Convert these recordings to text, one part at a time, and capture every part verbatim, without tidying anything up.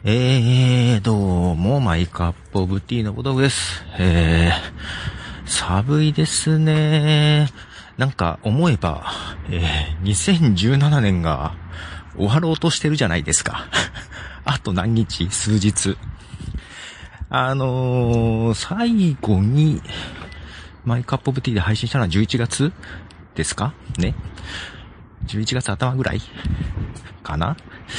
えー、どうも、マイカップオブティーのボトムです。えー、寒いですね。なんか思えば、えー、にせんじゅうななねんが終わろうとしてるじゃないですか。あと何日数日。あのー、最後に、マイカップオブティーで配信したのはじゅういちがつですかね。じゅういちがつ頭ぐらいかな。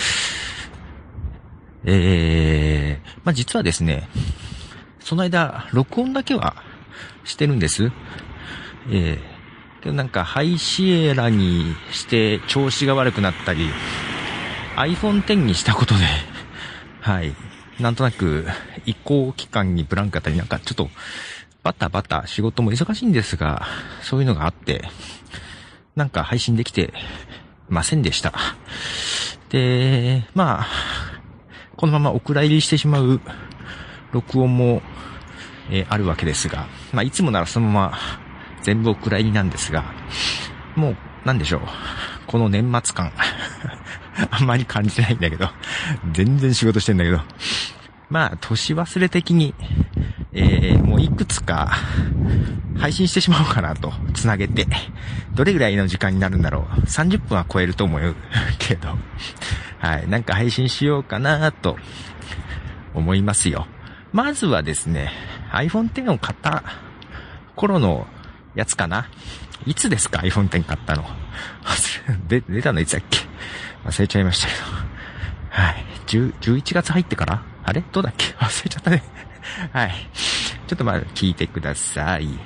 えー、まあ、実はですね、その間、録音だけはしてるんです。えー、けどなんか、ハイシエラにして調子が悪くなったり、アイフォンテン にしたことで、はい、なんとなく移行期間にブランクあったり、なんかちょっと、バタバタ仕事も忙しいんですが、そういうのがあって、なんか配信できてませんでした。で、まあ、このままお蔵入りしてしまう録音も、えー、あるわけですが、まあいつもならそのまま全部お蔵入りなんですが、もうなんでしょう、この年末感あんまり感じてないんだけど、全然仕事してんだけど、まあ年忘れ的に、えー、もういくつか配信してしまおうかなとつなげて、どれぐらいの時間になるんだろう、さんじゅっぷんは超えると思うけど、はい、なんか配信しようかなと思いますよ。まずはですね、アイフォンテン を買った頃のやつかな。いつですか アイフォンテン 買ったの。で出たのいつだっけ、忘れちゃいましたけど、はい、じゅういちがつ入ってから、あれどうだっけ、忘れちゃったね。はい、ちょっとまあ聞いてください。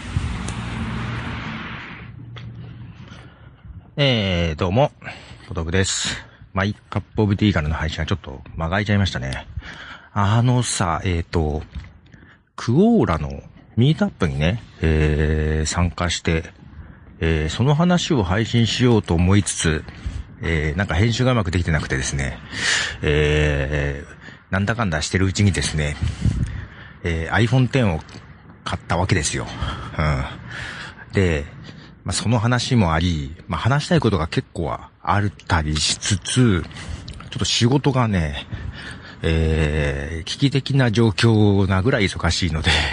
えー、どうもポトフです。マイカップオブティーからの配信はちょっと間が空いちゃいましたね。あのさ、えーと、クオーラのミートアップにね、えー、参加して、えー、その話を配信しようと思いつつ、えー、なんか編集がうまくできてなくてですね、えー、なんだかんだしてるうちにですね、えー、アイフォンテン を買ったわけですよ。うん。で、まあ、その話もあり、まあ、話したいことが結構あったりしつつ、ちょっと仕事がね、えー、危機的な状況なぐらい忙しいので、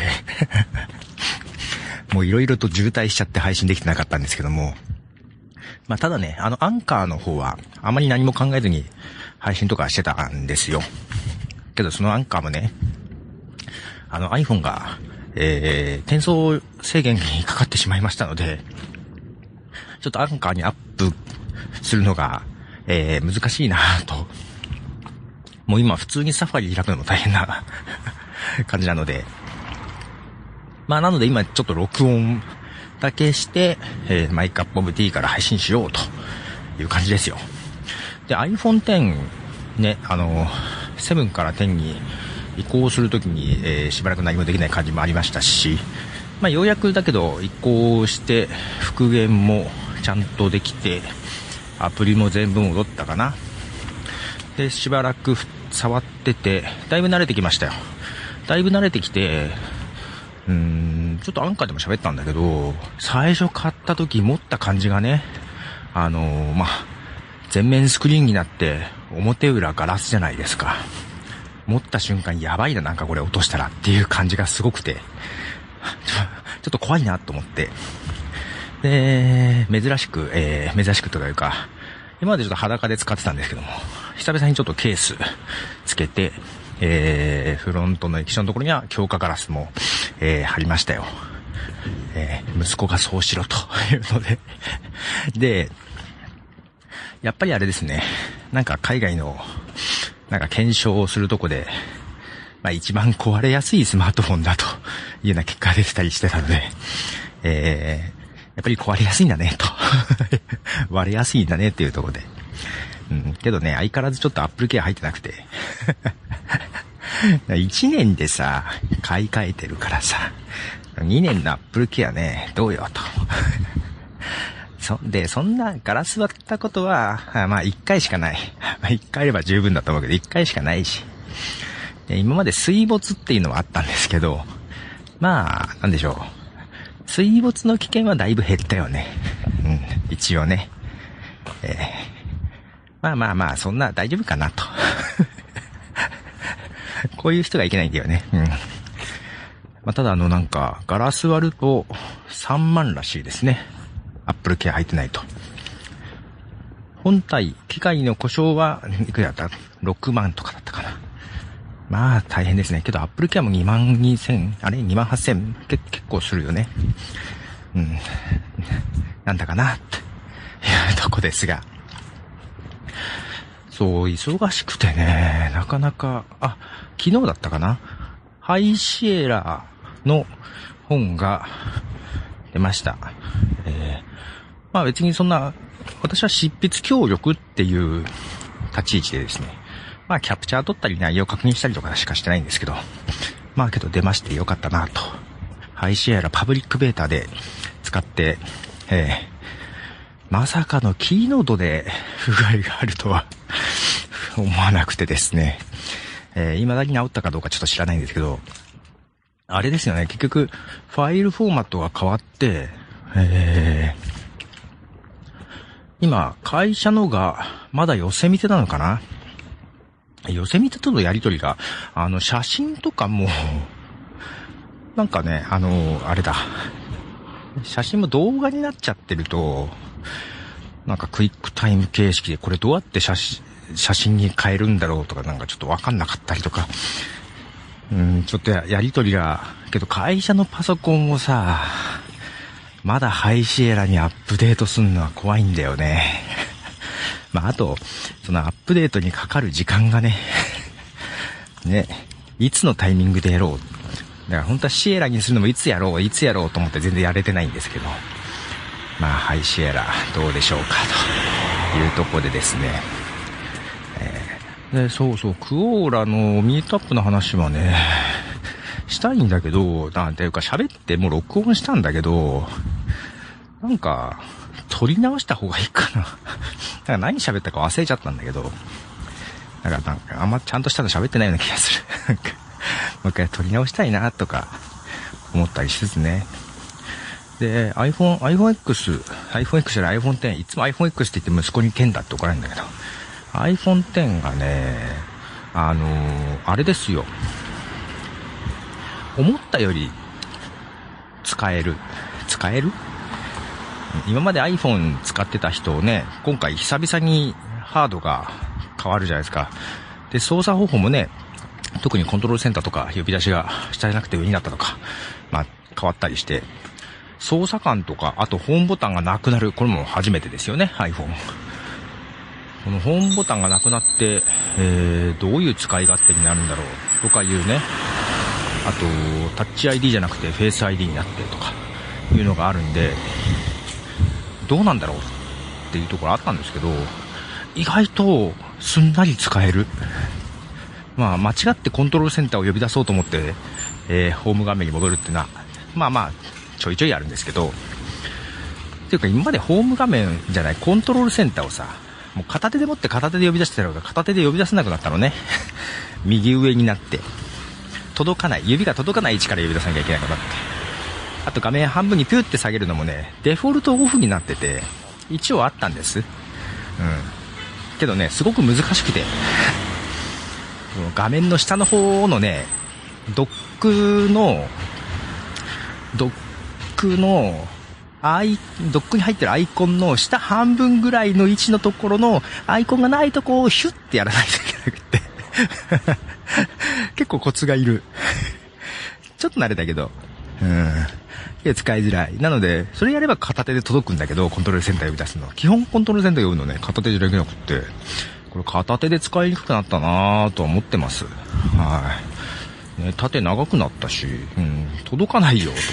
もういろいろと渋滞しちゃって配信できてなかったんですけども、まあ、ただね、あのアンカーの方はあまり何も考えずに配信とかしてたんですよ。けどそのアンカーもね、あの iPhone が、えー、転送制限にかかってしまいましたので、ちょっとアンカーにアップするのが、えー、難しいなと。もう今普通にサファリ開くのも大変な感じなので。まあなので今ちょっと録音だけして、えー、マイカップオブティーから配信しようという感じですよ。で、アイフォンテン ね、あの、セブンからテンに移行するときに、えー、しばらく何もできない感じもありましたし、まあようやくだけど移行して復元もちゃんとできて、アプリも全部戻ったかな。で、しばらく触ってて、だいぶ慣れてきましたよ。だいぶ慣れてきて、うーん、ちょっとアンカーでも喋ったんだけど、最初買った時持った感じがね、あのー、まあ、全面スクリーンになって表裏ガラスじゃないですか。持った瞬間やばいな、なんかこれ落としたらっていう感じがすごくて、ちょっと怖いなと思って、で、珍しく、えー、珍しくというか、今までちょっと裸で使ってたんですけども、久々にちょっとケースつけて、えー、フロントの液晶のところには強化ガラスも、えー、貼りましたよ。えー、息子がそうしろというので。で、やっぱりあれですね、なんか海外の、なんか検証をするとこで、まあ一番壊れやすいスマートフォンだというような結果が出てたりしてたので、えー、やっぱり壊れやすいんだねと割れやすいんだねっていうところで、うん、けどね、相変わらずちょっとアップルケア入ってなくていちねんでさ買い替えてるからさ、にねんのアップルケアねどうよとそでそんなガラス割ったことはまあいっかいしかないいっかいあれば十分だと思うけどいっかいしかないし、で今まで水没っていうのはあったんですけど、まあなんでしょう、水没の危険はだいぶ減ったよね。うん、一応ね。えー、まあまあまあ、そんな大丈夫かなと。 こういう人がいけないんだよね。うん。まあ、ただあのなんか、ガラス割るとさんまんらしいですね。アップルケア入ってないと。本体、機械の故障はいくらだった ?ろく 万とかだったかな。まあ大変ですね。けどアップルケアもにまんにせん、あれ ?にまんはっせん け結構するよね。うん。なんだかなっていうとこですが。そう、忙しくてね、なかなか、あ、昨日だったかな。ハイシエラの本が出ました。えー、まあ別にそんな、私は執筆協力っていう立ち位置でですね、まあキャプチャー取ったり内容確認したりとかしかしてないんですけど、まあけど出ましてよかったなと。ハイシエラパブリックベータで使って、えー、まさかのキーノードで不具合があるとは思わなくてですね、えー、未だに治ったかどうかちょっと知らないんですけど、あれですよね、結局ファイルフォーマットが変わって、えー、今会社のがまだ寄せ見てなのかな。寄せ見てとのやりとりが、あの写真とかもなんかね、あのあれだ、写真も動画になっちゃってると、なんかクイックタイム形式でこれどうやって写真写真に変えるんだろうとかなんかちょっとわかんなかったりとか、うん、ちょっと や, やりとりが、けど会社のパソコンをさ、まだハイシエラにアップデートするのは怖いんだよね。まああと、そのアップデートにかかる時間がね、ね、いつのタイミングでやろう。だから本当はシエラにするのもいつやろう、いつやろうと思って全然やれてないんですけど、まあハイシエラどうでしょうかというところでですね、で、そうそう、クオーラのミートアップの話はね、したいんだけど、なんていうか喋ってもう録音したんだけど、なんか、撮り直した方がいいかな。だから何喋ったか忘れちゃったんだけど、だからなんかあんまちゃんとしたの喋ってないような気がする。なんか、もう一回撮り直したいなとか思ったりしつつね。で、iPhone、iPhone X、iPhone X じゃない iPhone テン、いつも iPhone X って言って息子にテンだって怒られるんだけど、iPhone テンがね、あのー、あれですよ。思ったより使える。使える？今まで iPhone 使ってた人をね、今回久々にハードが変わるじゃないですか。で、操作方法もね、特にコントロールセンターとか呼び出しが下じゃなくて上になったとか、まあ変わったりして、操作感とか、あとホームボタンがなくなる。これも初めてですよね、iPhone。このホームボタンがなくなって、えー、どういう使い勝手になるんだろうとかいうね、あとタッチ アイディー じゃなくてフェイス アイディー になってとかいうのがあるんで、どうなんだろうっていうところあったんですけど、意外とすんなり使える。まあ間違ってコントロールセンターを呼び出そうと思って、えー、ホーム画面に戻るっていうのはまあまあちょいちょいあるんですけど、っていうか今までホーム画面じゃないコントロールセンターをさ、もう片手で持って片手で呼び出してたのが片手で呼び出せなくなったのね。右上になって届かない、指が届かない位置から呼び出さなきゃいけなくなって、あと画面半分にピューって下げるのもね、デフォルトオフになってて一応あったんです。うん。けどね、すごく難しくて画面の下の方のね、ドックのドックのアイドックに入ってるアイコンの下半分ぐらいの位置のところのアイコンがないとこをヒュッてやらないといけなくて結構コツがいるちょっと慣れたけど、うん、使いづらい。なのでそれやれば片手で届くんだけど、コントロールセンター呼び出すの基本コントロールセンター呼ぶのね、片手じゃできなくって、これ片手で使いにくくなったなぁとは思ってます。はい、ね、縦長くなったし、うん、届かないよと思って、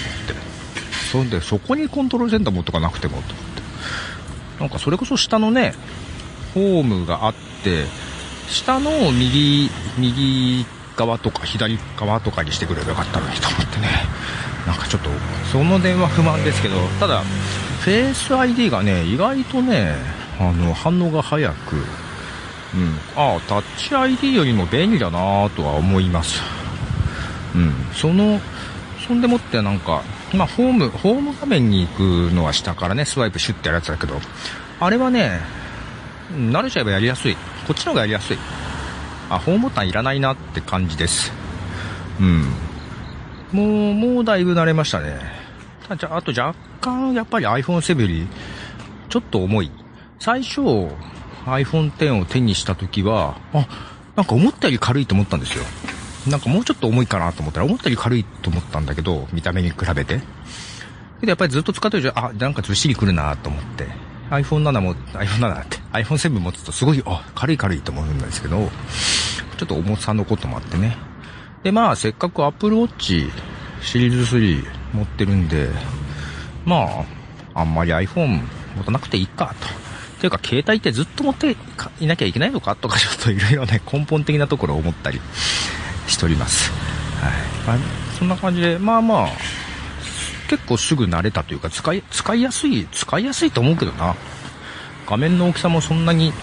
そんでそこにコントロールセンター持っとかなくてもと思って、なんかそれこそ下のねホームがあって、下の右右側とか左側とかにしてくればよかったのにと思ってね、なんかちょっとその点は不満ですけど、ただフェイス アイディー がね意外とねあの反応が早く、うん、ああタッチ アイディー よりも便利だなとは思います。うん、そのそんでもってなんかまあホームホーム画面に行くのは下からねスワイプシュッてやるやつだけど、あれはね慣れちゃえばやりやすい。こっちの方がやりやすい。 あ、ホームボタンいらないなって感じです。うん。もう、もうだいぶ慣れましたね。じゃあ、あと若干、やっぱり アイフォンセブン より、ちょっと重い。最初、アイフォンテン を手にした時は、あ、なんか思ったより軽いと思ったんですよ。なんかもうちょっと重いかなと思ったら、思ったより軽いと思ったんだけど、見た目に比べて。けどやっぱりずっと使ってるじゃん、あ、なんかずっしりくるなと思って。アイフォンセブン も、アイフォンセブン って、アイフォンセブン 持つとすごい、あ、軽い軽いと思うんですけど、ちょっと重さのこともあってね。で、まあ、せっかく Apple Watch シリーズスリー持ってるんで、まあ、あんまり iPhone 持たなくていいかと。というか、携帯ってずっと持っていなきゃいけないのかとか、ちょっといろいろね、根本的なところを思ったりしております。はい。まあ、そんな感じで、まあまあ、結構すぐ慣れたというか、使い、使いやすい、使いやすいと思うけどな。画面の大きさもそんなに、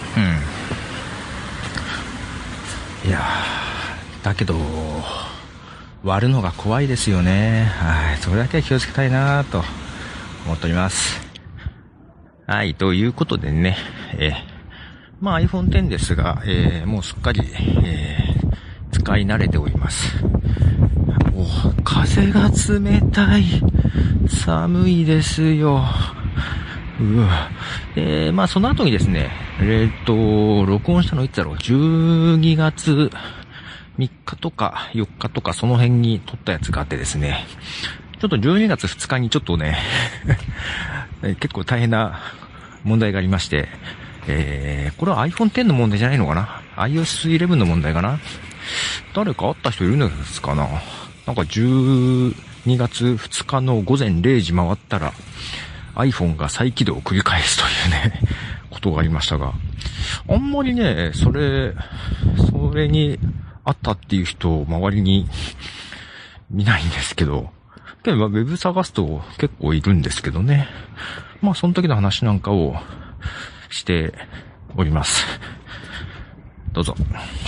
うん。いやー、だけど、割るのが怖いですよね。はい。それだけは気をつけたいなと思っております。はい。ということでね、えー、まあ アイフォンテン ですが、えー、もうすっかり、えー、使い慣れております。お、風が冷たい。寒いですよ。うわ。えー、まあその後にですね、えっと、録音したのいつだろう、じゅうにがつみっかとかよっかとかその辺に撮ったやつがあってですね、ちょっとじゅうにがつふつかにちょっとね、結構大変な問題がありまして、えー、これは アイフォンテン の問題じゃないのかな？ アイオーエスイレブン の問題かな？誰か会った人いるんですかな？なんかじゅうにがつふつかの午前れいじ回ったら iPhone が再起動を繰り返すというね、ことがありましたが、あんまりね、それ、それにあったっていう人を周りに見ないんですけど、けどウェブ探すと結構いるんですけどね。まあその時の話なんかをしております。どうぞ。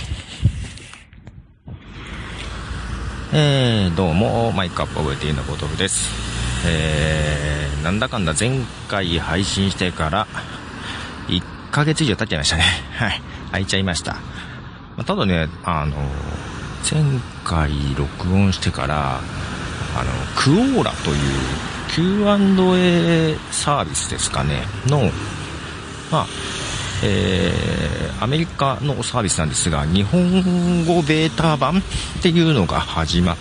えー、どうも、マイクアップオブティーのボトルです。えー、なんだかんだ前回配信してからいっかげつ以上経っちゃいましたね。はい。空いちゃいました。ただね、あの、前回録音してから、あの、クオーラという キューアンドエー サービスですかね、の、まあ、えー、アメリカのサービスなんですが、日本語ベータ版っていうのが始まって、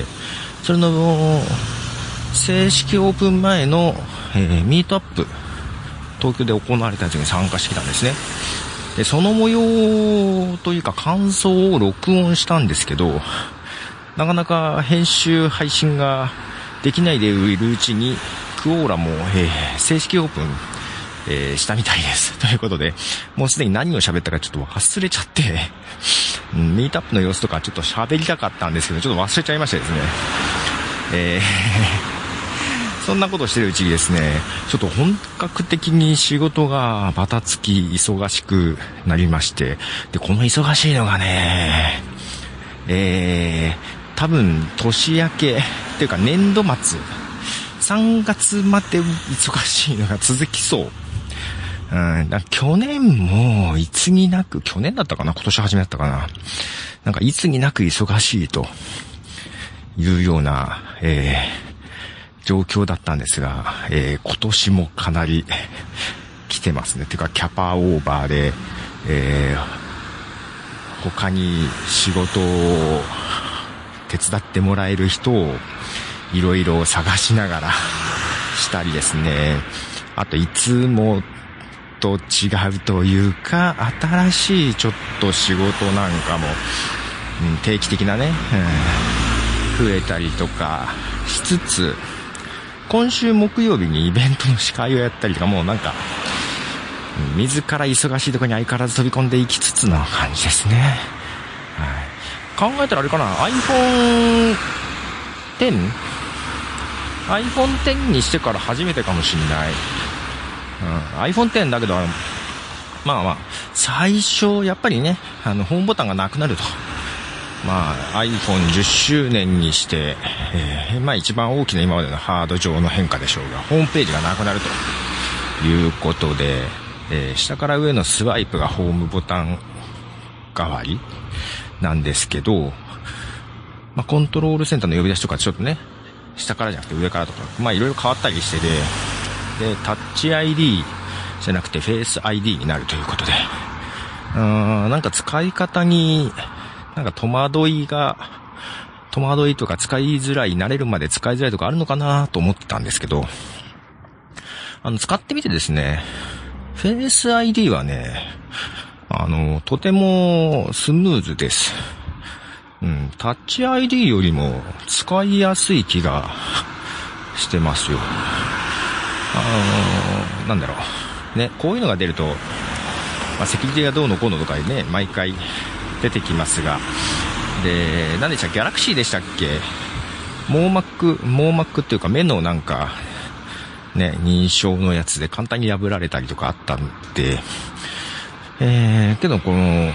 それの正式オープン前の、えー、ミートアップ、東京で行われたやつに参加してきたんですね。で、その模様というか感想を録音したんですけど、なかなか編集配信ができないでいるうちに、クオーラも、えー、正式オープンえー、したみたいです。ということで、もうすでに何を喋ったかちょっと忘れちゃって、うん、ミートアップの様子とかちょっと喋りたかったんですけど、ちょっと忘れちゃいましたですね。えー、そんなことしてるうちにですね、ちょっと本格的に仕事がバタつき忙しくなりまして、で、この忙しいのがね、えー、多分年明け、っていうか年度末、さんがつまで忙しいのが続きそう。うん、だ去年もいつになく、去年だったかな、今年初めだったかな。なんかいつになく忙しいというような、えー、状況だったんですが、えー、今年もかなり来てますね。てかキャパオーバーで、えー、他に仕事を手伝ってもらえる人をいろいろ探しながらしたりですね。あといつもと違うというか、新しいちょっと仕事なんかも、うん、定期的なね、うん、増えたりとかしつつ、今週木曜日にイベントの司会をやったりとか、もうなんか、うん、自ら忙しいところに相変わらず飛び込んでいきつつの感じですね。はい、考えたらあれかな、アイフォンテン？アイフォンテン にしてから初めてかもしれない。うん、アイフォンテン だけど、まあまあ、最初、やっぱりね、あの、ホームボタンがなくなると。まあ、アイフォンじゅっしゅうねんにして、えー、まあ一番大きな今までのハード上の変化でしょうが、ホームページがなくなるということで、えー、下から上のスワイプがホームボタン代わりなんですけど、まあ、コントロールセンターの呼び出しとかちょっとね、下からじゃなくて上からとか、まあいろいろ変わったりしてて、で、タッチ アイディー じゃなくてフェイス アイディー になるということで、うーん、なんか使い方に、なんか戸惑いが、戸惑いとか使いづらい、慣れるまで使いづらいとかあるのかなと思ってたんですけど、あの、使ってみてですね、フェイス アイディー はね、あの、とてもスムーズです。うん、タッチ アイディー よりも使いやすい気がしてますよ。あのー、なんだろう。ね、こういうのが出ると、まあ、セキュリティがどうのこうのとかね、毎回出てきますが、で、何でしたっけ、ギャラクシーでしたっけ、網膜、網膜っていうか目のなんか、ね、認証のやつで簡単に破られたりとかあったんで、えー、けどこの、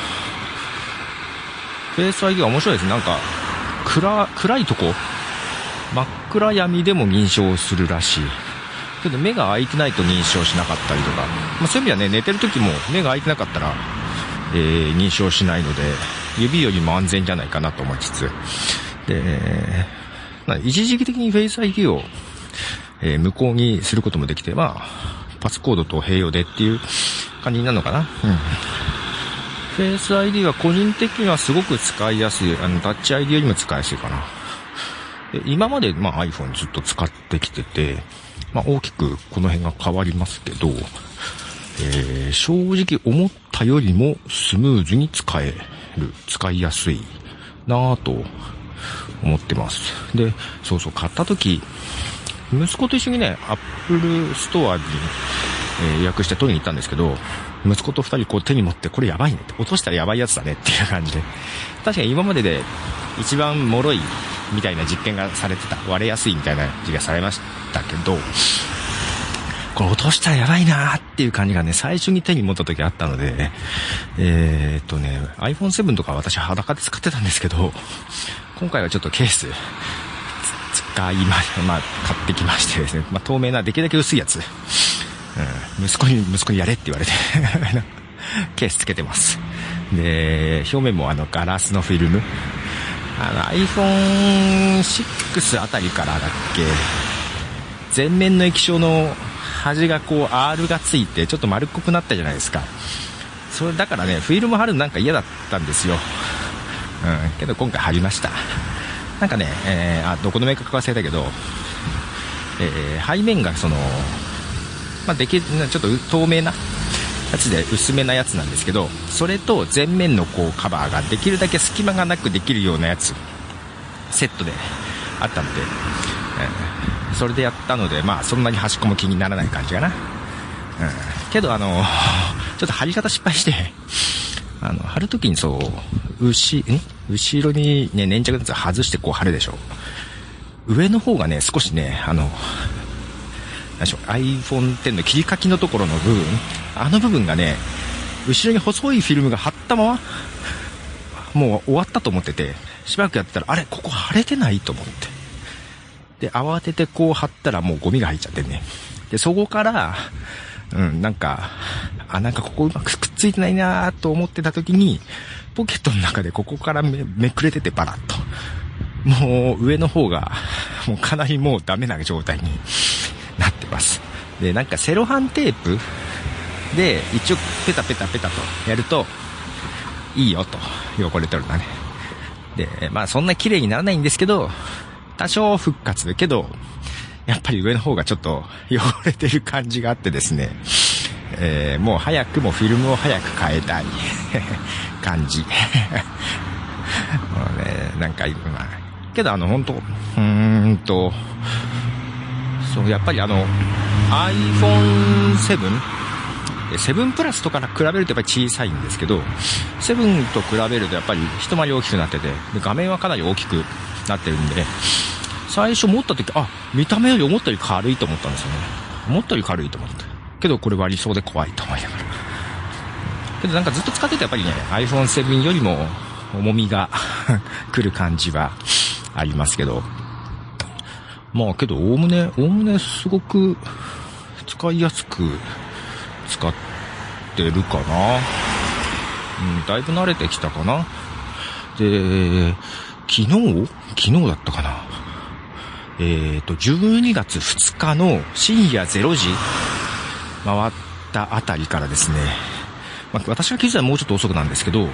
フェイス アイディー は面白いです。なんか、暗、暗いとこ、真っ暗闇でも認証するらしい。けど目が開いてないと認証しなかったりとか、まあ、そういう意味ではね、寝てる時も目が開いてなかったら、えー、認証しないので、指よりも安全じゃないかなと思いつつ、で、まあ、一時的にフェイス アイディー を、えー、無効にすることもできて、まあ、パスコードと併用でっていう感じになるのかな。うん。フェイス アイディー は個人的にはすごく使いやすい。あの、タッチ アイディー よりも使いやすいかな。で今まで、まあ iPhone ずっと使ってきてて、まあ大きくこの辺が変わりますけど、えー、正直思ったよりもスムーズに使える、使いやすいなぁと思ってます。で、そうそう、買った時、息子と一緒にね、Apple Store に、えー、予約して取りに行ったんですけど、息子と二人こう手に持って、これやばいねって、落としたらやばいやつだねっていう感じで、確かに今までで一番脆いみたいな実験がされてた、割れやすいみたいな実験がされましたけど、これ落としたらやばいなーっていう感じがね、最初に手に持った時あったので、えーっとね、アイフォンセブン とか私裸で使ってたんですけど、今回はちょっとケース使いま、まあ買ってきましてですね、まあ透明なできるだけ薄いやつ、うん、息子に息子にやれって言われてケースつけてます。で、表面もあのガラスのフィルム、あの アイフォンシックス あたりからだっけ、前面の液晶の端がこう R がついてちょっと丸っこくなったじゃないですか。それだからね、フィルム貼るのなんか嫌だったんですよ。うん、けど今回貼りました。なんかね、えー、あどこのメーカーか忘れたけど、えー、背面がそのまあ、できるちょっと透明なやつで薄めなやつなんですけど、それと前面のこうカバーができるだけ隙間がなくできるようなやつセットであったので、えー、それでやったので、まあそんなに端っこも気にならない感じかな。うん、けどあのちょっと貼り方失敗して、あの貼るときにそう後ん後ろにね粘着のやつ外してこう貼るでしょ。上の方がね少しねあのアイフォンテン の切り欠きのところの部分、あの部分がね、後ろに細いフィルムが貼ったまま、もう終わったと思ってて、しばらくやってたら、あれ、ここ貼れてないと思って。で、慌ててこう貼ったらもうゴミが入っちゃってね。で、そこから、うん、なんか、あ、なんかここうまくくっついてないなと思ってた時に、ポケットの中でここから め, めくれててバラッと。もう上の方が、もうかなりもうダメな状態になってます。で、なんかセロハンテープで一応ペタペタペタとやるといいよと、汚れてるんだね。で、まあそんな綺麗にならないんですけど、多少復活だけど、やっぱり上の方がちょっと汚れてる感じがあってですね、えー、もう早くもフィルムを早く変えたい感じ。もうね、なんか今、けどあの本当、うーんと、そう、やっぱりあの アイフォンセブン、セブンプラスとかから比べるとやっぱり小さいんですけど、セブンと比べるとやっぱり一回り大きくなってて、で画面はかなり大きくなってるんで、最初持った時、あ、見た目より思ったより軽いと思ったんですよね。思ったより軽いと思って。けどこれ割りそうで怖いと思いながら。けどなんかずっと使っててやっぱりね、アイフォンセブン よりも重みが来る感じはありますけど、まあけどおおむね、おおむねすごく使いやすく使ってるかな。 ん、だいぶ慣れてきたかな。で、昨日昨日だったかな。えっと、じゅうにがつふつかの深夜れいじ回ったあたりからですね、まあ、私が気づいたらもうちょっと遅くなんですけど、えっと、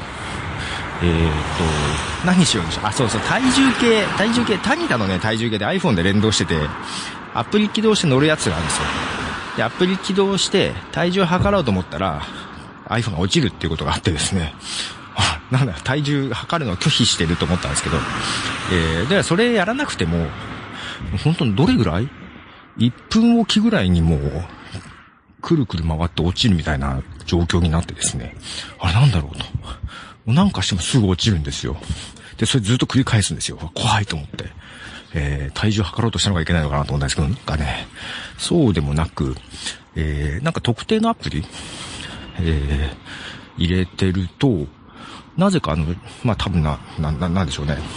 何しようでしょう。あ、そうそう、体重計、体重計、タニタのね、体重計で iPhone で連動してて、アプリ起動して乗るやつがあるんですよ。で、アプリ起動して体重測ろうと思ったら、iPhone が落ちるっていうことがあってですね、なんだ、体重測るのを拒否してると思ったんですけど、えー、で、それやらなくても、本当にどれぐらい ?いっ 分おきぐらいにもう、くるくる回って落ちるみたいな状況になってですね、あれなんだろうと。なんかしてもすぐ落ちるんですよ。で、それずっと繰り返すんですよ。怖いと思って。えー、体重測ろうとしたのがいけないのかなと思ったんですけど、なんかね、そうでもなく、えー、なんか特定のアプリ、えー、入れてると、なぜかあの、まあ、多分な、な、な、なんでしょうね。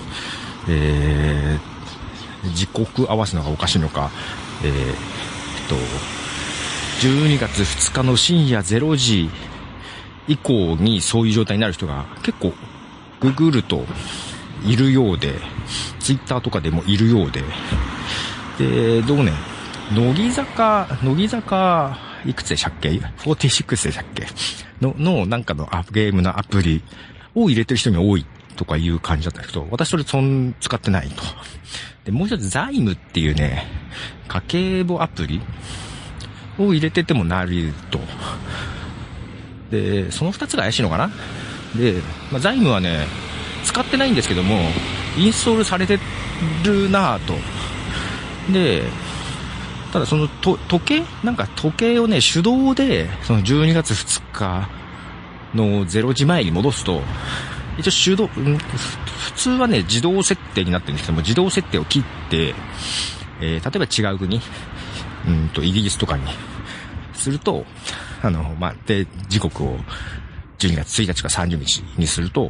えー、時刻合わせのがおかしいのか、えー、っと、じゅうにがつふつかの深夜れいじ以降にそういう状態になる人が結構ググるといるようで、ツイッターとかでもいるようで、で、どうね、乃木坂、乃木坂、いくつでしたっけ ?よんじゅうろく でしたっけの、の、なんかのアゲームのアプリを入れてる人に多いとかいう感じだったんですけど、私それそん使ってないと。で、もう一つザイムっていうね、家計簿アプリを入れててもなると。で、その二つが怪しいのかな。で、まあ、ザイムはね、使ってないんですけども、インストールされてるなぁと。で、ただそのと時計なんか時計をね、手動で、そのじゅうにがつふつかのれいじまえに戻すと、一応手動、普通はね、自動設定になってるんですけども、自動設定を切って、えー、例えば違う国、うんと、イギリスとかにすると、あの、まあ、で、時刻をじゅうにがつついたちかさんじゅうにちにすると、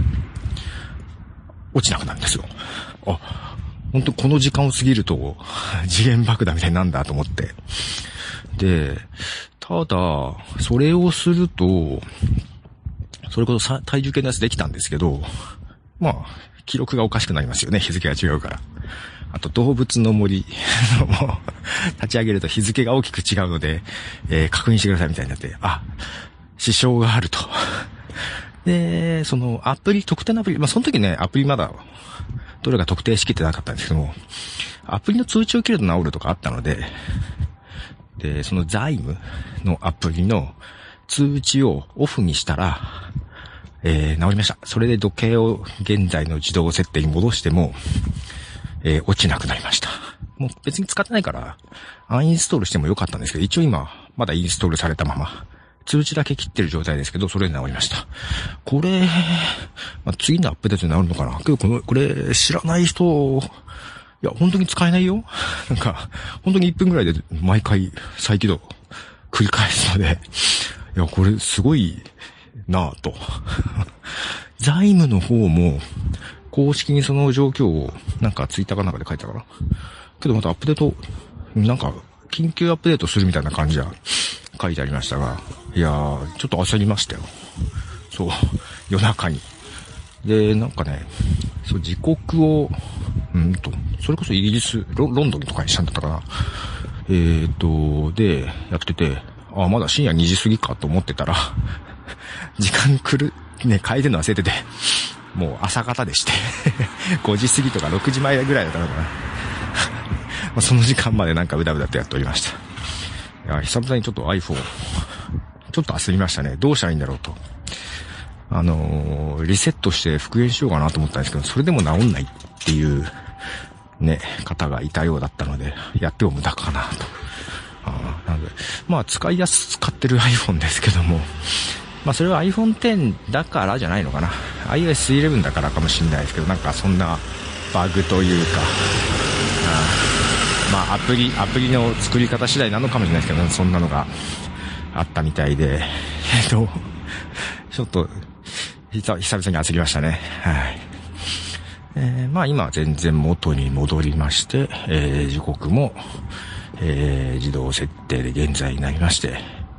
落ちなくなるんですよ。あ、本当この時間を過ぎると、次元爆弾みたいになんだと思って。で、ただ、それをすると、それこそ体重計のやつできたんですけど、まあ、記録がおかしくなりますよね、日付が違うから。あと、動物の森も立ち上げると日付が大きく違うので、えー、確認してくださいみたいになって、あ、支障があると。で、そのアプリ、特定のアプリ、まあ、その時ね、アプリまだ、どれが特定しきってなかったんですけども、アプリの通知を切ると治るとかあったので、で、そのザイムのアプリの通知をオフにしたら、えー、治りました。それで時計を現在の自動設定に戻しても、えー、落ちなくなりました。もう別に使ってないから、アンインストールしてもよかったんですけど、一応今、まだインストールされたまま、通知だけ切ってる状態ですけど、それで治りました。これ、まあ、次のアップデートになるのかなけど、この、これ、知らない人、いや、本当に使えないよ。なんか、本当にいっぷんぐらいで毎回再起動繰り返すので、いや、これすごいなぁと。財務の方も、公式にその状況を、なんかツイッターかなんかで書いたかな。けどまたアップデート、なんか、緊急アップデートするみたいな感じは書いてありましたが、いやー、ちょっと焦りましたよ。そう、夜中に。で、なんかね、そう、時刻を、うんと、それこそイギリス、ロ、ロンドンとかにしたんだったかな。えーと、で、やってて、あ、まだ深夜にじ過ぎかと思ってたら、時間来る、ね、変えてるの忘れてて、もう朝方でして、ごじ過ぎとかろくじまえぐらいだったのかな。まあその時間までなんかうだうだとやっておりました。いや、久々にちょっと iPhone、ちょっと焦りましたね。どうしたらいいんだろうと。あのー、リセットして復元しようかなと思ったんですけど、それでも治んないっていう、ね、方がいたようだったので、やっても無駄かなと。あなので、まあ使いやすく使ってる iPhone ですけども、まあそれは アイフォンテン だからじゃないのかな。アイオーエスイレブン だからかもしれないですけど、なんかそんなバグというか、あまあアプリ、アプリの作り方次第なのかもしれないですけど、そんなのがあったみたいで、えっと、ちょっと、久々に焦りましたね。はい。えー、まあ今は全然元に戻りまして、えー、時刻も、えー、自動設定で現在になりまして、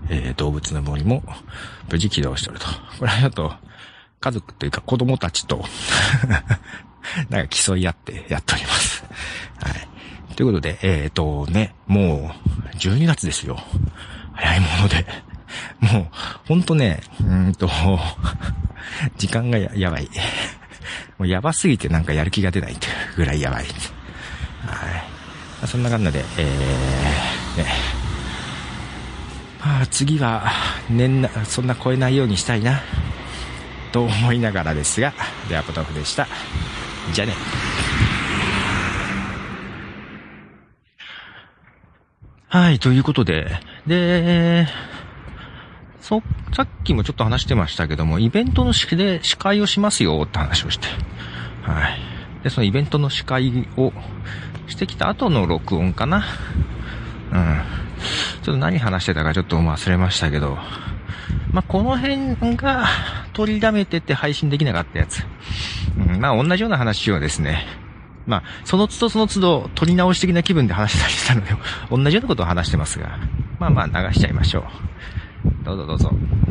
えー、動物の森も無事起動しておると。これはちょっと家族というか子供たちとなんか競い合ってやっております。はい。ということで、えっとね、もうじゅうにがつですよ。早いもので。もう、ほんとね、うーんと、時間が や, やばい。もうやばすぎてなんかやる気が出ないっていうぐらいやばい。はい。そんな感じで、えー、ね。まあ、次は、年な、そんな超えないようにしたいな、と思いながらですが、では、ポトフでした。じゃあね。はい、ということで、で、そ、さっきもちょっと話してましたけども、イベントの式で司会をしますよって話をして、はい。で、そのイベントの司会をしてきた後の録音かな。うん。ちょっと何話してたかちょっと忘れましたけど、まあ、この辺が取りだめてて配信できなかったやつ。うん、まあ、同じような話をですね、まあ、その都度その都度取り直し的な気分で話したりしたので、同じようなことを話してますが、まあまあ流しちゃいましょう。どうぞどうぞ。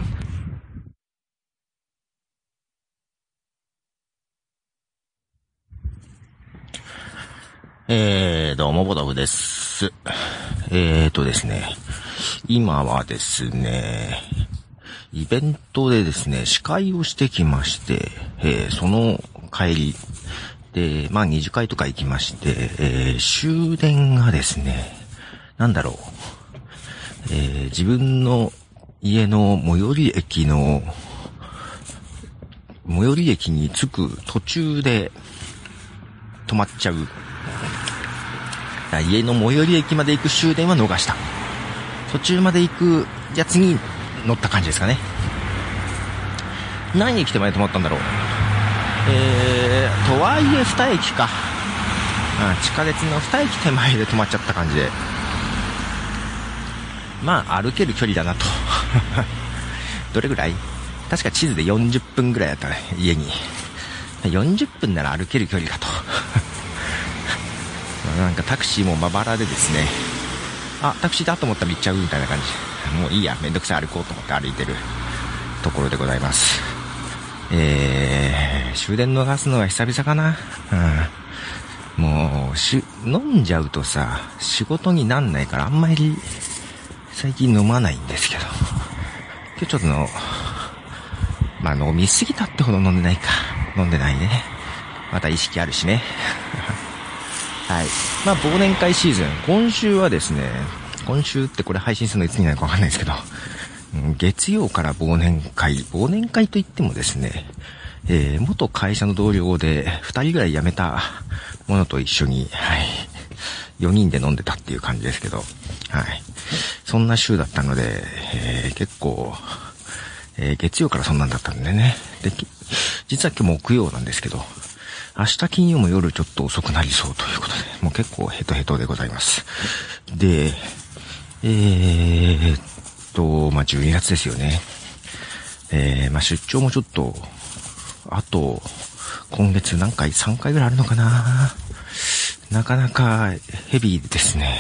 えー、どうも、ボトフです。えーとですね、今はですね、イベントでですね、司会をしてきまして、えー、その帰り、で、まあ二次会とか行きまして、えー、終電がですね、なんだろう、えー、自分の家の最寄り駅の、最寄り駅に着く途中で止まっちゃう。家の最寄り駅まで行く終電は逃した。途中まで行く、じゃあ次乗った感じですかね。何駅手前で止まったんだろう。えー、とはいえに駅か。あ、地下鉄のに駅手前で止まっちゃった感じで。まあ歩ける距離だなとどれぐらい？確か地図でよんじゅっぷんぐらいだったね、家に。よんじゅっぷんなら歩ける距離かとなんかタクシーもまばらでですね、あ、タクシーだと思ったら行っちゃうみたいな感じ。もういいや、めんどくさい、歩こうと思って歩いてるところでございます。えー、終電逃すのは久々かな。うん。もうし飲んじゃうとさ、仕事になんないからあんまり最近飲まないんですけど、今日ちょっとの、まあ飲みすぎたってほど飲んでないか。飲んでないね。また意識あるしね。はい。まあ忘年会シーズン。今週はですね、今週ってこれ配信するのいつになるかわかんないですけど、月曜から忘年会。忘年会といってもですね、えー、元会社の同僚でふたりぐらい辞めたものと一緒に、はい。よにんで飲んでたっていう感じですけど、はい。そんな週だったので、えー、結構、えー、月曜からそんなんだったんでね。で、実は今日木曜なんですけど、明日金曜も夜ちょっと遅くなりそうということで、もう結構ヘトヘトでございます。で、えーっと、まあ、じゅうにがつですよね。えー、まあ、出張もちょっと、あと、今月何回 ?さん 回ぐらいあるのかな。なかなかヘビーですね。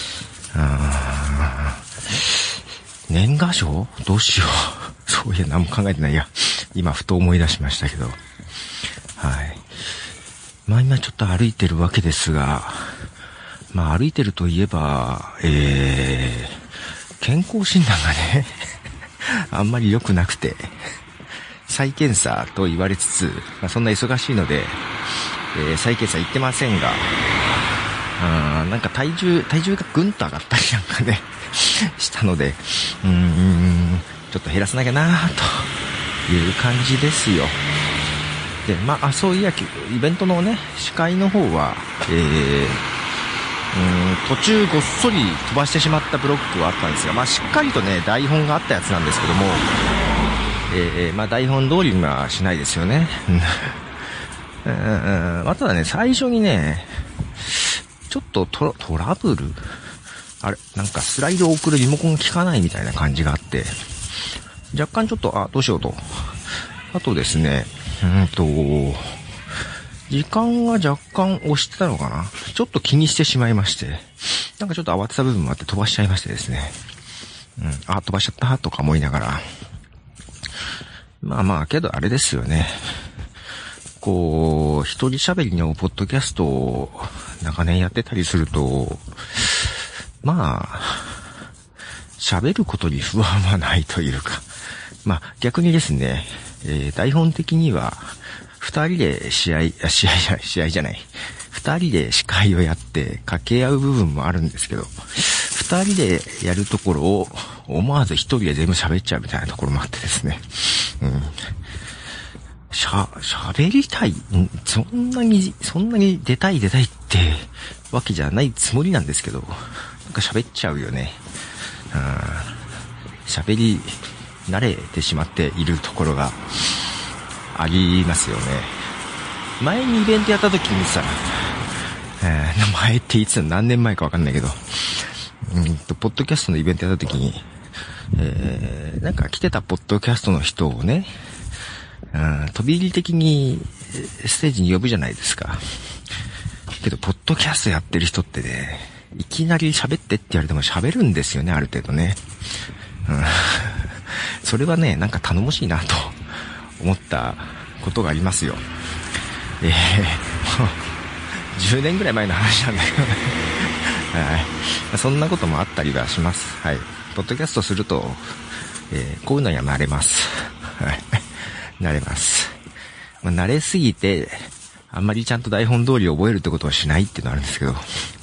あー、年賀状どうしよう。そういや、何も考えてないや。今、ふと思い出しましたけど。はい。まあ今ちょっと歩いてるわけですが、まあ歩いてるといえば、えー、健康診断がね、あんまり良くなくて、再検査と言われつつ、まあそんな忙しいので、えー、再検査行ってませんが、あーなんか体重、体重がぐんと上がったりなんかね、したので、うーん、ちょっと減らさなきゃなーという感じですよ。で、まあ、そういや、イベントのね、司会の方は、えー、うーん、途中ごっそり飛ばしてしまったブロックはあったんですが、まあ、しっかりとね、台本があったやつなんですけども、えー、まあ、台本通りにはしないですよね。うん、まあ、ただね、最初にね、ちょっとトラ、トラブルあれなんかスライドを送るリモコンが効かないみたいな感じがあって、若干ちょっと、あ、どうしようと。あとですね、うんと、時間が若干押してたのかな？ちょっと気にしてしまいまして、なんかちょっと慌てた部分もあって飛ばしちゃいましてですね。 うん、あ、飛ばしちゃったとか思いながら。まあまあ、けどあれですよね。こう、一人喋りのポッドキャストを長年やってたりすると、まあ、喋ることに不安はないというか、まあ逆にですね、えー、台本的には、二人で試合、あ、試合じゃない、試合じゃない。二人で司会をやって掛け合う部分もあるんですけど、二人でやるところを思わず一人で全部喋っちゃうみたいなところもあってですね。うん。しゃ、喋りたい、んそんなに、そんなに出たい出たいってわけじゃないつもりなんですけど、なんか喋っちゃうよね。うん。喋り慣れてしまっているところがありますよね。前にイベントやった時にさ、えー、前っていつ何年前かわかんないけど、うんと、ポッドキャストのイベントやった時に、えー、なんか来てたポッドキャストの人をね、うん、飛び入り的にステージに呼ぶじゃないですか。けど、ポッドキャストやってる人ってね、いきなり喋ってって言われても喋るんですよね、ある程度ね。うん、それはね、なんか頼もしいなと思ったことがありますよ。えー、じゅうねんぐらい前の話なんだけどね。はい。そんなこともあったりはします。はい。ポッドキャストすると、えー、こういうのには慣れます。はい。慣れます。まあ、慣れすぎて、あんまりちゃんと台本通り覚えるってことはしないっていうのはあるんですけど。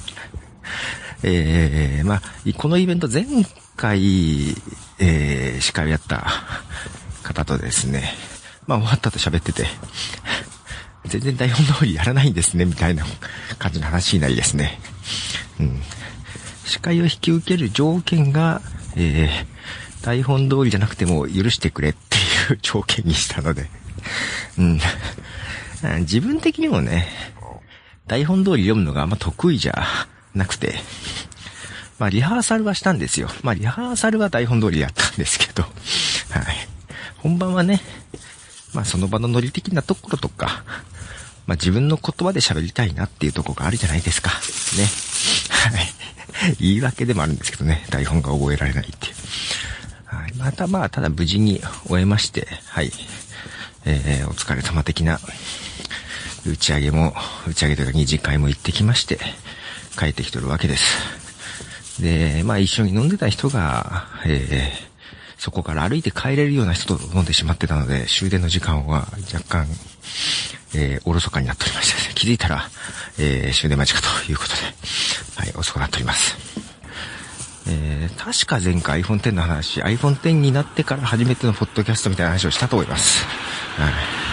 えー、まあ、このイベント前回、えー、司会をやった方とですね、まあ終わったと喋ってて、全然台本通りやらないんですね、みたいな感じの話になりですね。うん。司会を引き受ける条件が、えー、台本通りじゃなくても許してくれっていう条件にしたので、うん。自分的にもね、台本通り読むのがあんま得意じゃなくて、まあリハーサルはしたんですよ。まあリハーサルは台本通りやったんですけど、はい。本番はね、まあその場のノリ的なところとか、まあ自分の言葉で喋りたいなっていうところがあるじゃないですか。ね。はい。言い訳でもあるんですけどね、台本が覚えられないっていう。はい。またまあ、ただ無事に終えまして、はい。えー、お疲れ様的な打ち上げも、打ち上げというか二次会も行ってきまして、帰ってきてるわけです。で、まあ一緒に飲んでた人が、えー、そこから歩いて帰れるような人と飲んでしまってたので、終電の時間は若干、えー、おろそかになっておりまして、気づいたら、えー、終電間近ということで、はい、遅くなっております。えー、確か前回 アイフォンテン の話、アイフォンテン になってから初めてのポッドキャストみたいな話をしたと思います。はい。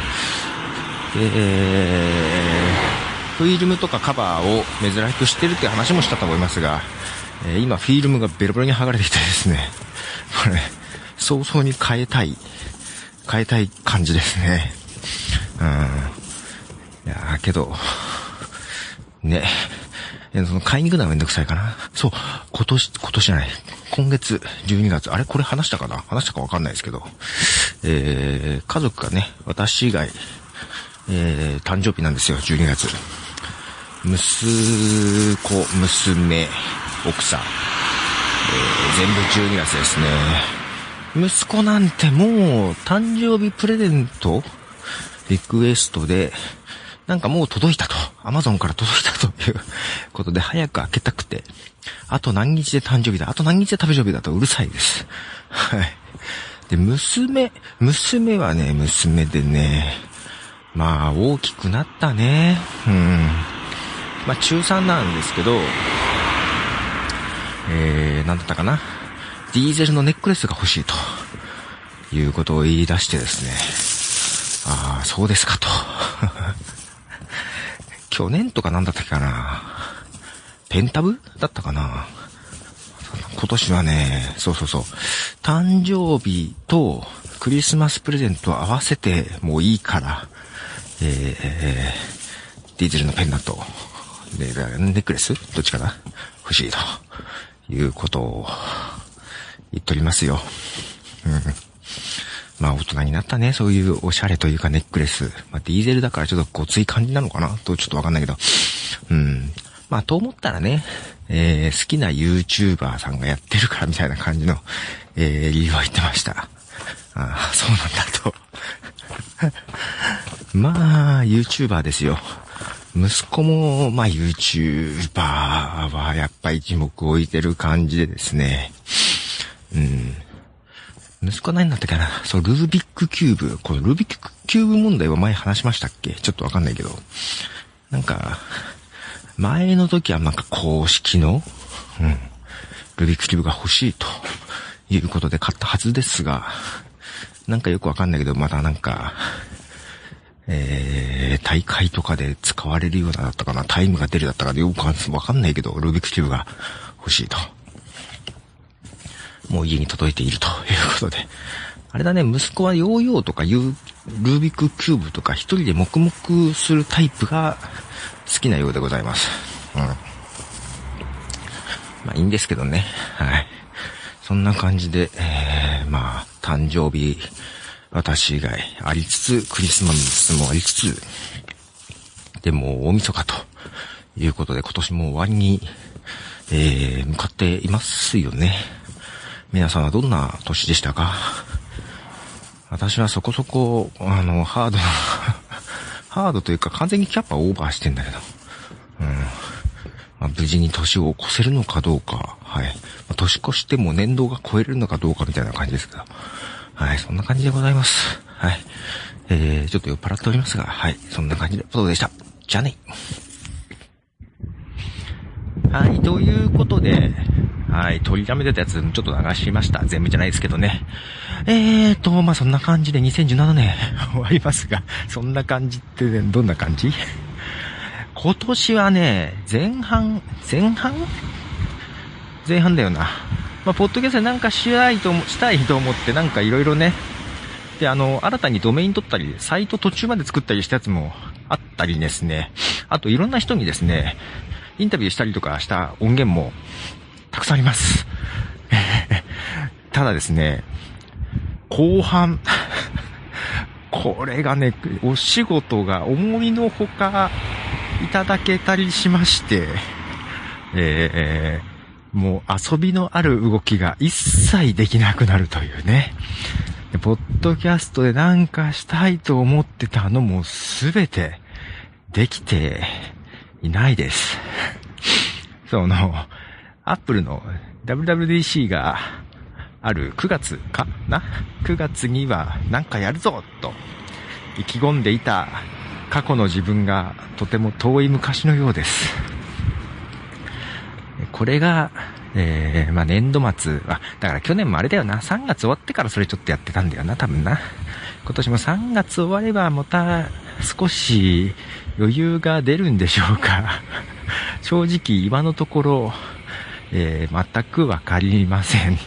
えー、フィルムとかカバーを珍しくしてるって話もしたと思いますが、えー、今フィルムがベロベロに剥がれてきてですね、これ、早々に変えたい、変えたい感じですね。うん。いやーけど、ね。その買いに行くのはめんどくさいかな。そう、今年、今年じゃない。今月、じゅうにがつ。あれこれ話したかな話したかわかんないですけど。えー、家族がね、私以外、えー、誕生日なんですよ、じゅうにがつ。息子、娘、奥さん。えー、全部じゅうにがつですね。息子なんてもう、誕生日プレゼントリクエストで、なんかもう届いたと。アマゾンから届いたということで早く開けたくて。あと何日で誕生日だ。あと何日で誕生日だとうるさいです。はい。で、娘、娘はね、娘でね、まあ大きくなったね。うん。まあ中さんなんですけど、えー、なんだったかな。ディーゼルのネックレスが欲しいということを言い出してですね。ああ、そうですかと。去年とかなんだったっけかな。ペンタブだったかな。今年はね、そうそうそう。誕生日とクリスマスプレゼントを合わせてもういいから、えー、ディーゼルのペンダントで、ネックレスどっちかな欲しいということを言っておりますよ。うん。まあ大人になったね、そういうおしゃれというかネックレス。まあディーゼルだからちょっとごつい感じなのかなとちょっとわかんないけど。うん。まあと思ったらね、 えー、好きな YouTuber さんがやってるからみたいな感じの、えー、理由を言ってました。ああ、そうなんだと。まあ、YouTuber ですよ。息子も、まあ、YouTuber はやっぱ一目置いてる感じでですね。うん。息子は何だったかな、そう、ルービックキューブ。このルービックキューブ問題は前話しましたっけ？ちょっとわかんないけど。なんか、前の時はなんか公式の、うん、ルービックキューブが欲しいということで買ったはずですが、なんかよくわかんないけど、またなんか、えー、大会とかで使われるようなだったかな、タイムが出るだったかでよくわかんないけど、ルービックキューブが欲しいと。もう家に届いているということで。あれだね、息子はヨーヨーとかいうルービックキューブとか一人で黙々するタイプが好きなようでございます。うん。まあいいんですけどね。はい。そんな感じで、えー、まあ、誕生日、私以外ありつつ、クリスマスもありつつ、でも大晦日ということで今年も終わりに、えー、向かっていますよね。皆さんはどんな年でしたか？私はそこそこ、あの、ハードな、ハードというか完全にキャパオーバーしてんだけど、うん。まあ、無事に年を越せるのかどうか、はい。まあ、年越しても年度が超えるのかどうかみたいな感じですけど、はい、そんな感じでございます。はい。えー、ちょっと酔っ払っておりますが、はい、そんな感じのことでした。じゃあね。はい、ということで、はい、取りためてたやつちょっと流しました。全部じゃないですけどね。えーと、まあ、そんな感じでにせんじゅうななねん終わりますが、そんな感じってどんな感じ？今年はね、前半、前半前半だよな。まあ、ポッドキャストでなんかしたいと、したいと思ってなんかいろいろね。で、あの、新たにドメイン取ったり、サイト途中まで作ったりしたやつもあったりですね。あといろんな人にですね、インタビューしたりとかした音源もたくさんあります。ただですね、後半、これがね、お仕事が思いのほかいただけたりしまして、えー、もう遊びのある動きが一切できなくなるというね。でポッドキャストでなんかしたいと思ってたのもすべてできていないです。その、アップルの ダブリューダブリューディーシー があるくがつかな ?く 月にはなんかやるぞと意気込んでいた過去の自分がとても遠い昔のようです。これが、えー、まあ、年度末、あ、だから去年もあれだよな、さんがつ終わってからそれちょっとやってたんだよな、多分な。今年もさんがつ終わればまた少し余裕が出るんでしょうか。正直今のところ、えー、全くわかりません。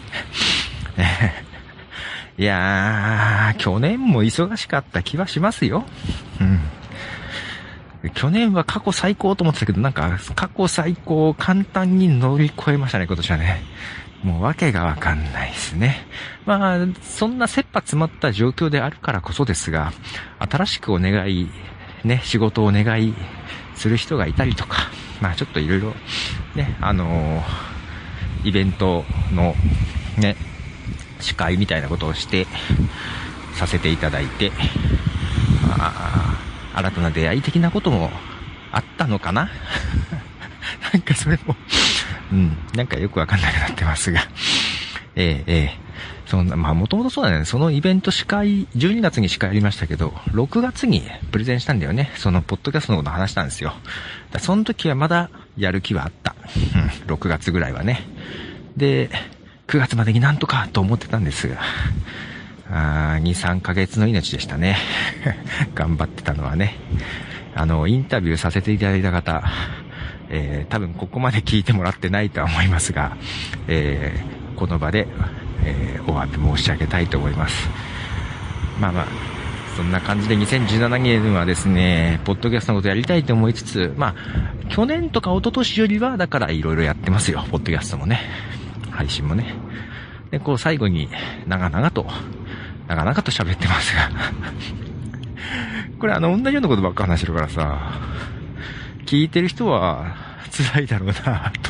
いやー、去年も忙しかった気はしますよ。うん。去年は過去最高と思ってたけど、なんか過去最高を簡単に乗り越えましたね、今年はね。もう訳がわかんないですね。まあ、そんな切羽詰まった状況であるからこそですが、新しくお願い、ね、仕事をお願いする人がいたりとか、まあちょっといろいろ、ね、あのー、イベントの、ね、司会みたいなことをして、させていただいて、まあ、新たな出会い的なこともあったのかななんかそれも、うん、なんかよくわかんなくなってますが。ええ、ええ。そんな、まあもともとそうだね。そのイベント司会、じゅうにがつに司会やりましたけど、ろくがつにプレゼンしたんだよね。そのポッドキャストのこと話したんですよ。だその時はまだやる気はあった。うん、ろくがつぐらいはね。で、くがつまでになんとかと思ってたんですが、あに、さんかげつの命でしたね。頑張ってたのはね。あの、インタビューさせていただいた方、えー、多分ここまで聞いてもらってないとは思いますが、えー、この場で、えー、お詫び申し上げたいと思います。まあまあ、そんな感じでにせんじゅうななねんはですね、ポッドキャストのことやりたいと思いつつ、まあ、去年とか一昨年よりは、だからいろいろやってますよ、ポッドキャストもね。配信もね。で、こう最後に、長々と、長々と喋ってますが。これあの、同じようなことばっか話してるからさ、聞いてる人は辛いだろうなと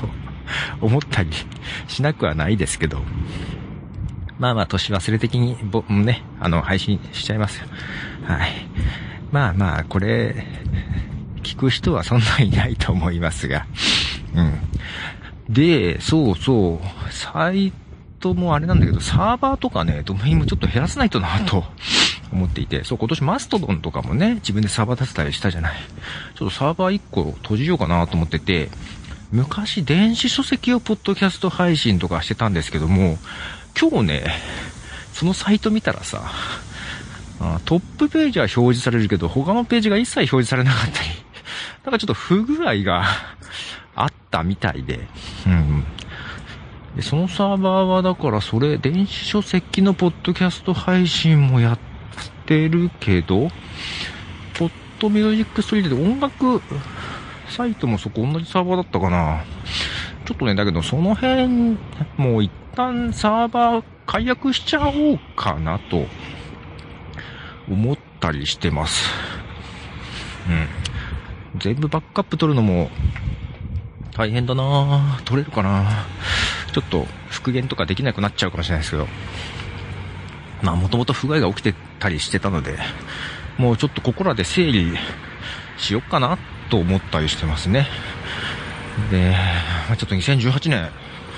思ったりしなくはないですけど、まあまあ年忘れ的にぼね、あの配信しちゃいますよ。はい。まあまあこれ聞く人はそんなにいないと思いますが、うん。で、そうそう、サイトもあれなんだけど、サーバーとかね、ドメインもちょっと減らさないとなと思っていて、そう今年マストドンとかもね、自分でサーバー立てたりしたじゃない。ちょっとサーバーいっこ閉じようかなと思ってて、昔電子書籍をポッドキャスト配信とかしてたんですけども、今日ね、そのサイト見たらさ、あトップページは表示されるけど、他のページが一切表示されなかったり、なんかちょっと不具合があったみたいで、うん。で、そのサーバーはだからそれ、電子書籍のポッドキャスト配信もやってるけど、ポッドミュージックストリートで音楽サイトもそこ同じサーバーだったかな。ちょっとね、だけどその辺、もう一旦サーバー解約しちゃおうかなと思ったりしてます。うん。全部バックアップ取るのも大変だなぁ。取れるかな。ちょっと復元とかできなくなっちゃうかもしれないですけど、まあもともと不具合が起きてたりしてたので、もうちょっとここらで整理しよっかなと思ったりしてますね。で、まあ、ちょっとにせんじゅうはちねん、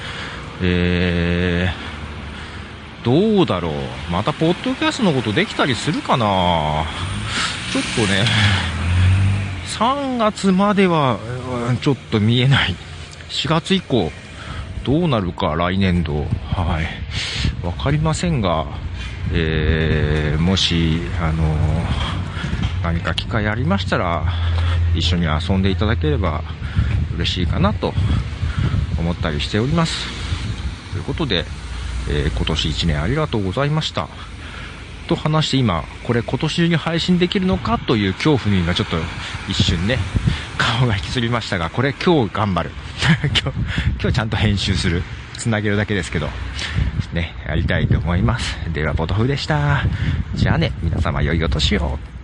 えー、どうだろう。またポッドキャストのことできたりするかな。ちょっとね、さんがつまではちょっと見えない。しがつ以降どうなるか来年度、はい、わかりませんが、えー、もしあのー、何か機会ありましたら一緒に遊んでいただければ嬉しいかなと思ったりしております。ということで、えー、今年いちねんありがとうございましたと話して、今これ今年中に配信できるのかという恐怖に今ちょっと一瞬ね顔が引きずりましたが、これ今日頑張る今日今日ちゃんと編集する、つなげるだけですけどね、やりたいと思います。ではポトフでした。じゃあね、皆様良いお年を。